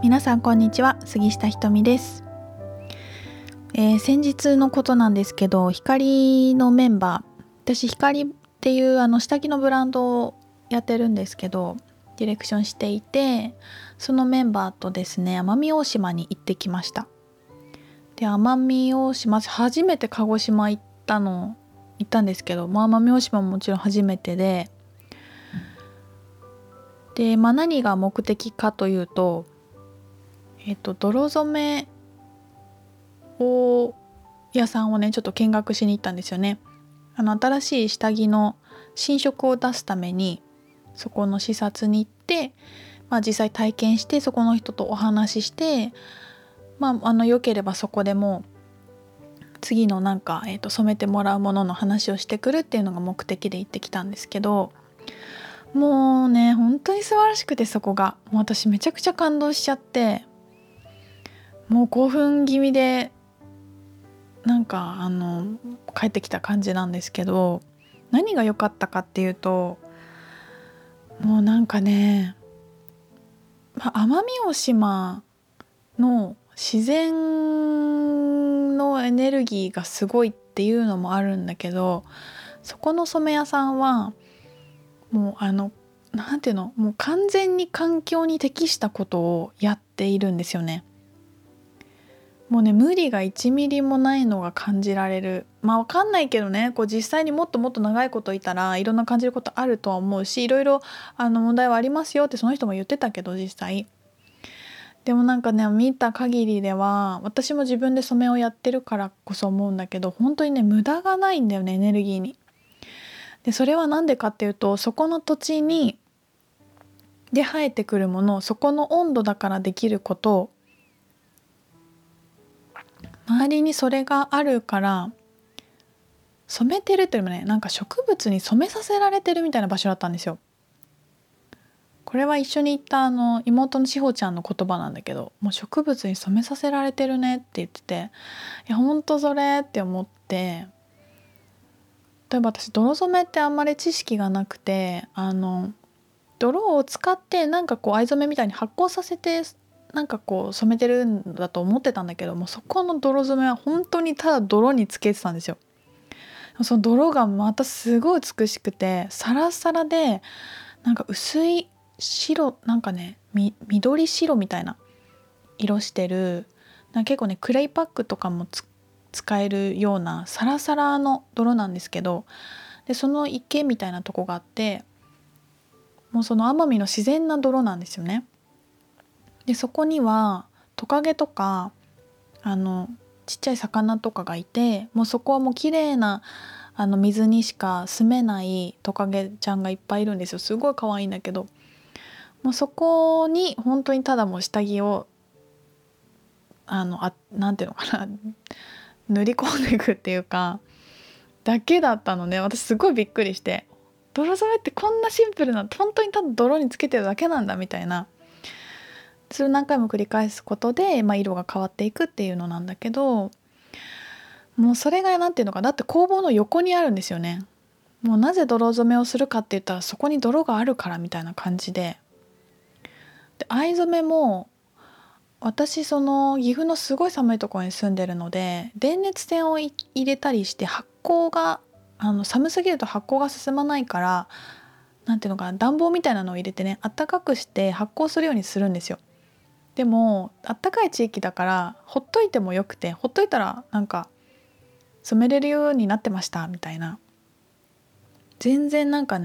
皆さんこんにちは、杉下ひとみです。先日のことなんですけど、光のメンバー、私光っていう下着のブランドをやってるんですけど、ディレクションしていて、そのメンバーとですね、奄美大島に行ってきました。で、奄美大島、初めて鹿児島行ったんですけど、奄美大島ももちろん初めてで、何が目的かというと、泥染め屋さんをねちょっと見学しに行ったんですよね。新しい下着の新色を出すためにそこの視察に行って、実際体験してそこの人とお話しして、良ければそこでも次の染めてもらうものの話をしてくるっていうのが目的で行ってきたんですけど、もうね本当に素晴らしくて、そこがもう私めちゃくちゃ感動しちゃって、もう興奮気味で帰ってきた感じなんですけど、何が良かったかっていうと、もう奄美大島の自然のエネルギーがすごいっていうのもあるんだけど、そこの染め屋さんはもうもう完全に環境に適したことをやっているんですよね。もうね、無理が1ミリもないのが感じられる。わかんないけどね、実際にもっともっと長いこといたらいろんな感じることあるとは思うし、いろいろ問題はありますよってその人も言ってたけど、実際でも見た限りでは、私も自分で染めをやってるからこそ思うんだけど、本当にね無駄がないんだよね、エネルギーに。でそれは何でかっていうと、そこの土地で生えてくるもの、そこの温度だからできること、周りにそれがあるから染めてるっていうよりもね、植物に染めさせられてるみたいな場所だったんですよ。これは一緒に行った妹のしほちゃんの言葉なんだけど、もう植物に染めさせられてるねって言ってて、いやほんとそれって思って。例えば私泥染めってあんまり知識がなくて、泥を使って藍染めみたいに発酵させて染めてるんだと思ってたんだけども、そこの泥染めは本当にただ泥につけてたんですよ。その泥がまたすごい美しくて、サラサラで薄い白、緑白みたいな色してる、結構ねクレイパックとかも使えるようなサラサラの泥なんですけど、でその池みたいなとこがあって、もうその奄美の自然な泥なんですよね。でそこにはトカゲとかちっちゃい魚とかがいて、もうそこはもう綺麗な水にしか住めないトカゲちゃんがいっぱいいるんですよ。すごい可愛いんだけど、もうそこに本当にただもう下着をなんていうのかな塗り込んでいくっていうかだけだったので、私すごいびっくりして、泥染めってこんなシンプルな、本当にただ泥につけてるだけなんだみたいな。それを何回も繰り返すことで、色が変わっていくっていうのなんだけど、もうそれがなんていうのか、だって工房の横にあるんですよね。もうなぜ泥染めをするかって言ったら、そこに泥があるからみたいな感じで。で藍染めも、私その岐阜のすごい寒いところに住んでるので、電熱線を入れたりして発酵が寒すぎると発酵が進まないから、なんていうのかな、暖房みたいなのを入れてね、暖かくして発酵するようにするんですよ。でも暖かい地域だからほっといてもよくて、ほっといたら染めれるようになってましたみたいな。全然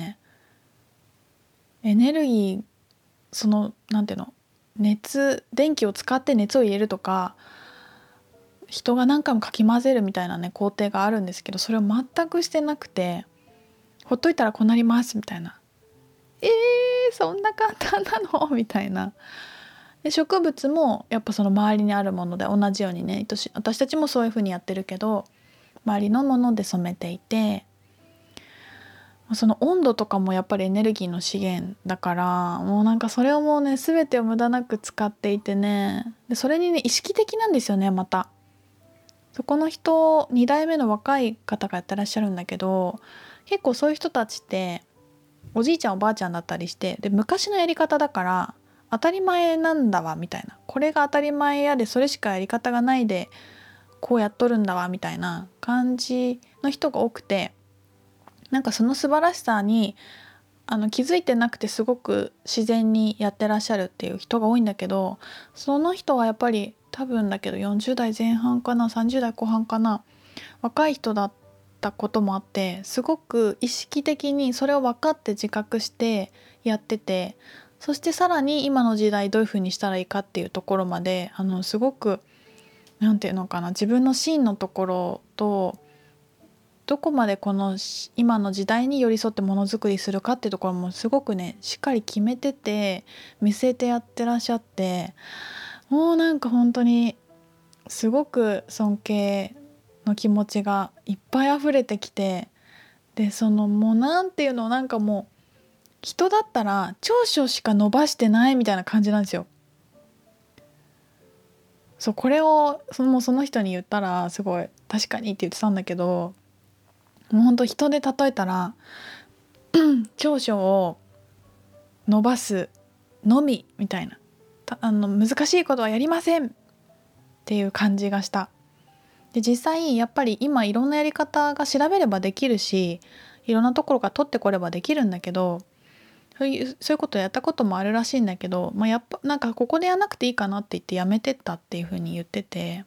エネルギー、そのなんていうの、電気を使って熱を入れるとか、人が何回もかき混ぜるみたいなね工程があるんですけど、それを全くしてなくて、ほっといたらこうなりますみたいな。そんな簡単なのみたいな。で植物もやっぱその周りにあるもので同じようにね、私たちもそういう風にやってるけど、周りのもので染めていて、その温度とかもやっぱりエネルギーの資源だから、もうそれをもうね全てを無駄なく使っていてね、でそれにね意識的なんですよね。またそこの人、2代目の若い方がやってらっしゃるんだけど、結構そういう人たちっておじいちゃんおばあちゃんだったりして、で昔のやり方だから当たり前なんだわみたいな、これが当たり前やでそれしかやり方がないでこうやっとるんだわみたいな感じの人が多くて、なんかその素晴らしさに気づいてなくてすごく自然にやってらっしゃるっていう人が多いんだけど、その人はやっぱり多分だけど40代前半かな30代後半かな、若い人だったこともあって、すごく意識的にそれを分かって自覚してやってて、そしてさらに今の時代どういう風にしたらいいかっていうところまですごくなんていうのかな、自分の芯のところとどこまでこの今の時代に寄り添ってものづくりするかっていうところもすごくねしっかり決めてて見据えてやってらっしゃって、もうなんか本当にすごく尊敬の気持ちがいっぱい溢れてきて、でそのもうなんていうの、なんかもう人だったら長所しか伸ばしてないみたいな感じなんですよ。そう、これをもうその人に言ったらすごい確かにって言ってたんだけど、もうほんと人で例えたら長所を伸ばすのみみたいな、難しいことはやりませんっていう感じがした。で実際やっぱり今いろんなやり方が調べればできるし、いろんなところから取ってこればできるんだけど、そういうことやったこともあるらしいんだけど、やっぱなんかここでやんなくていいかなって言ってやめてったっていう風に言ってて、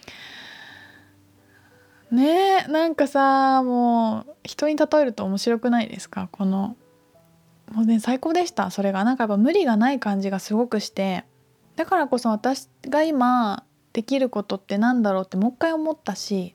ねえ、なんかさ、もう人に例えると面白くないですか？もうね最高でした。それがなんかやっぱ無理がない感じがすごくして、だからこそ私が今できることってなんだろうってもう一回思ったし、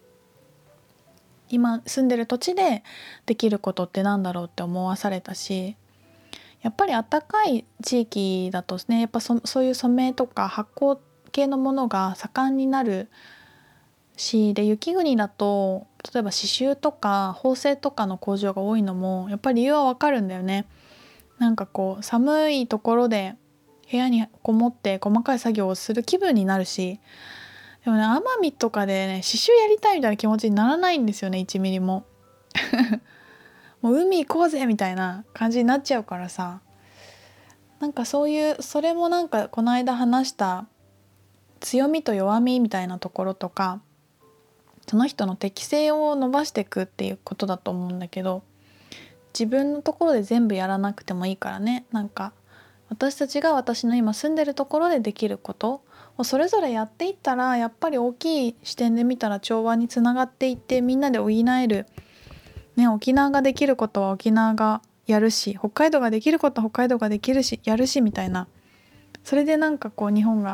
今住んでる土地でできることってなんだろうって思わされたし、やっぱり暖かい地域だとね、やっぱそういう染めとか発酵系のものが盛んになるし、で雪国だと例えば刺繍とか縫製とかの工場が多いのもやっぱり理由はわかるんだよね。なんかこう寒いところで部屋にこもって細かい作業をする気分になるし、でもね奄美とかでね刺繍やりたいみたいな気持ちにならないんですよね、1ミリも。もう海行こうぜみたいな感じになっちゃうからさ、なんかそういうそれもなんかこの間話した強みと弱みみたいなところとか、その人の適性を伸ばしていくっていうことだと思うんだけど、自分のところで全部やらなくてもいいからね、なんか私たちが私の今住んでるところでできることをそれぞれやっていったら、やっぱり大きい視点で見たら調和につながっていって、みんなで補える、ね、沖縄ができることは沖縄がやるし、北海道ができることは北海道ができるしやるしみたいな、それでなんかこう日本が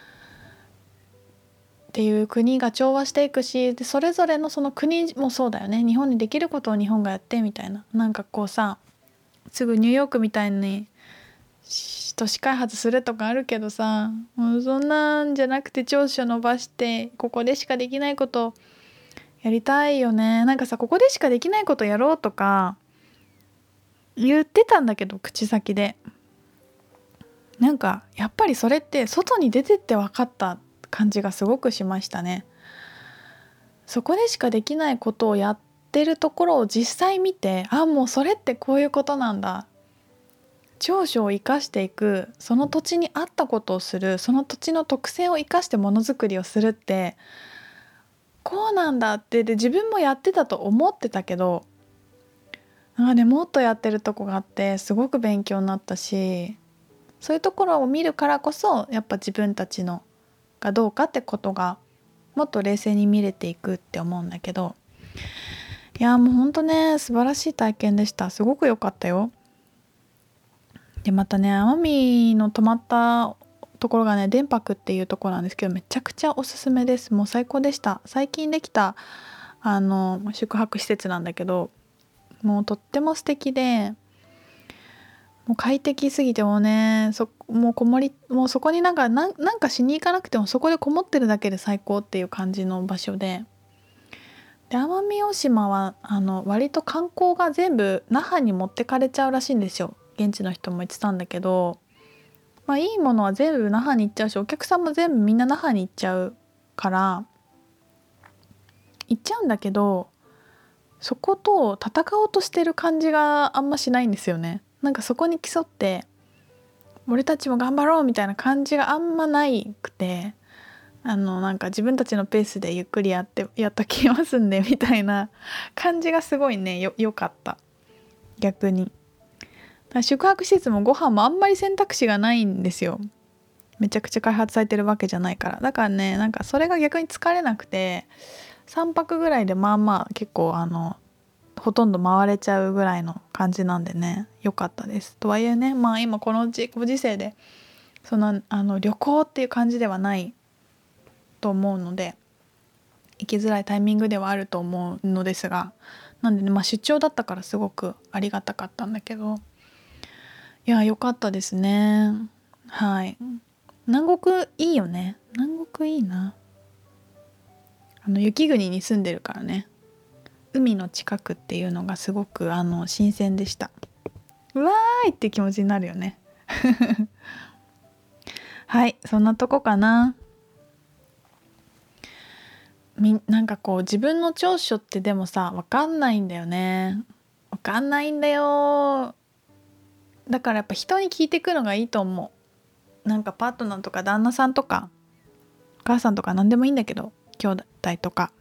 っていう国が調和していくし、でそれぞれのその国もそうだよね、日本にできることを日本がやってみたいな、なんかこうさ、すぐニューヨークみたいに都市開発するとかあるけどさ、もうそんなんじゃなくて長所伸ばしてここでしかできないことやりたいよね。なんかさ、ここでしかできないことやろうとか言ってたんだけど口先で、なんかやっぱりそれって外に出てって分かった感じがすごくしましたね。そこでしかできないことをやってるところを実際見て、あ、もうそれってこういうことなんだ、長所を生かしていく、その土地に合ったことをする、その土地の特性を生かしてものづくりをするってこうなんだって、で自分もやってたと思ってたけど、もっとやってるとこがあってすごく勉強になったし、そういうところを見るからこそやっぱ自分たちのがどうかってことがもっと冷静に見れていくって思うんだけど、いやもうほんとね素晴らしい体験でした。すごく良かったよ。でまたね、奄美の泊まったところがね電泊っていうところなんですけど、めちゃくちゃおすすめです。もう最高でした。最近できた宿泊施設なんだけど、もうとっても素敵で、もう快適すぎて、もうねもうもうそこになんかしに行かなくてもそこでこもってるだけで最高っていう感じの場所で、奄美大島は割と観光が全部那覇に持ってかれちゃうらしいんですよ。現地の人も言ってたんだけど、いいものは全部那覇に行っちゃうし、お客さんも全部みんな那覇に行っちゃうから行っちゃうんだけど、そこと戦おうとしてる感じがあんましないんですよね。なんかそこに競って俺たちも頑張ろうみたいな感じがあんまないくて、なんか自分たちのペースでゆっくりやったきますんでみたいな感じがすごいね、よかった。逆に宿泊施設もご飯もあんまり選択肢がないんですよ。めちゃくちゃ開発されてるわけじゃないから。だからね、なんかそれが逆に疲れなくて、3泊ぐらいでまあまあ結構ほとんど回れちゃうぐらいの感じなんでね、良かったです。とはいえね、まあ今このご時世でその旅行っていう感じではないと思うので、行きづらいタイミングではあると思うのですが、なんでね、まあ出張だったからすごくありがたかったんだけど、いや良かったですね。はい。南国いいよね。南国いいな。雪国に住んでるからね、海の近くっていうのがすごく新鮮でした。うわーいって気持ちになるよね。はい、そんなとこかな。なんかこう自分の長所ってでもさ、わかんないんだよね。わかんないんだよ。だからやっぱ人に聞いてくのがいいと思う。なんかパートナーとか旦那さんとかお母さんとか何でもいいんだけど、兄弟とか、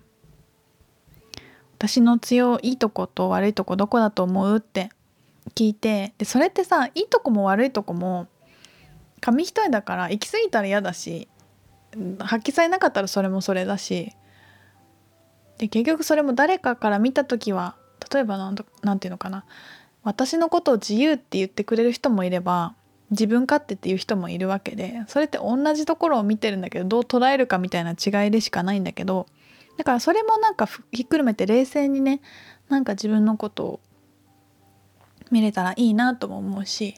私のいいとこと悪いとこどこだと思うって聞いて、でそれってさ、いいとこも悪いとこも紙一重だから、行き過ぎたら嫌だし、発揮されなかったらそれもそれだし、で結局それも誰かから見た時は、例えばなんていうのかな、私のことを自由って言ってくれる人もいれば、自分勝手っていう人もいるわけで、それって同じところを見てるんだけど、どう捉えるかみたいな違いでしかないんだけど、だからそれもなんかひっくるめて冷静にね、なんか自分のことを見れたらいいなとも思うし、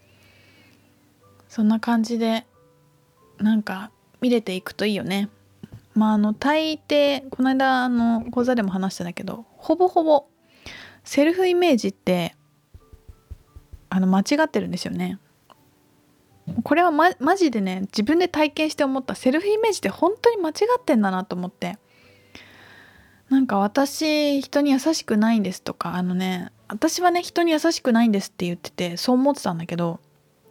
そんな感じでなんか見れていくといいよね。まあ大抵この間講座でも話したんだけど、ほぼほぼセルフイメージって間違ってるんですよね。これはマジでね、自分で体験して思った。セルフイメージって本当に間違ってんだなと思って、なんか私人に優しくないんですとか、私はね人に優しくないんですって言ってて、そう思ってたんだけど、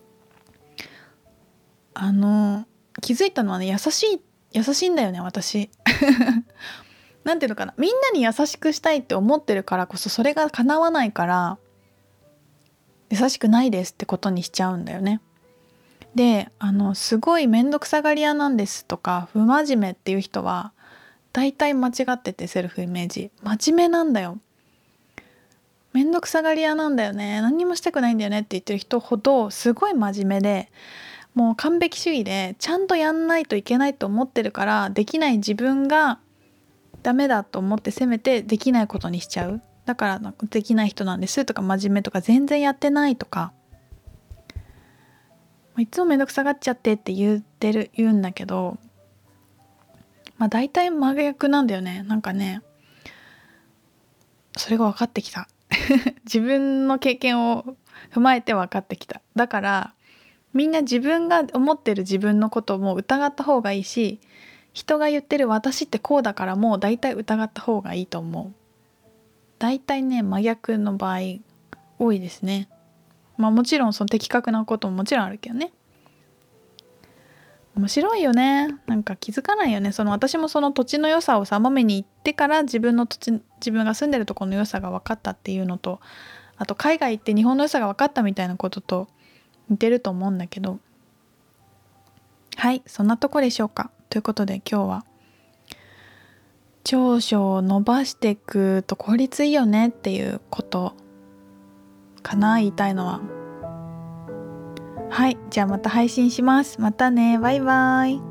気づいたのはね、優しいんだよね私。なんていうのかな、みんなに優しくしたいって思ってるからこそ、それが叶わないから優しくないですってことにしちゃうんだよね。で、すごいめんどくさがり屋なんですとか不真面目っていう人は大体間違ってて、セルフイメージ真面目なんだよ。めんどくさがり屋なんだよね、何にもしたくないんだよねって言ってる人ほどすごい真面目で、もう完璧主義でちゃんとやんないといけないと思ってるから、できない自分がダメだと思って責めてできないことにしちゃう。だからできない人なんですとか、真面目とか全然やってないとか、いつもめんどくさがっちゃってって言うんだけど、まあ大体真逆なんだよね。なんかね、それが分かってきた。自分の経験を踏まえて分かってきた。だからみんな自分が思ってる自分のことも疑った方がいいし、人が言ってる私ってこうだからもう大体疑った方がいいと思う。大体ね、真逆の場合多いですね。まあもちろんその的確なことももちろんあるけどね。面白いよね。なんか気づかないよね。私もその土地の良さをさ、もめに行ってから自分が住んでるところの良さが分かったっていうのと、あと海外行って日本の良さが分かったみたいなことと似てると思うんだけど、はい、そんなとこでしょうか。ということで今日は長所を伸ばしていくと効率いいよねっていうことかな、言いたいのは。はい、じゃあまた配信します。またね、バイバイ。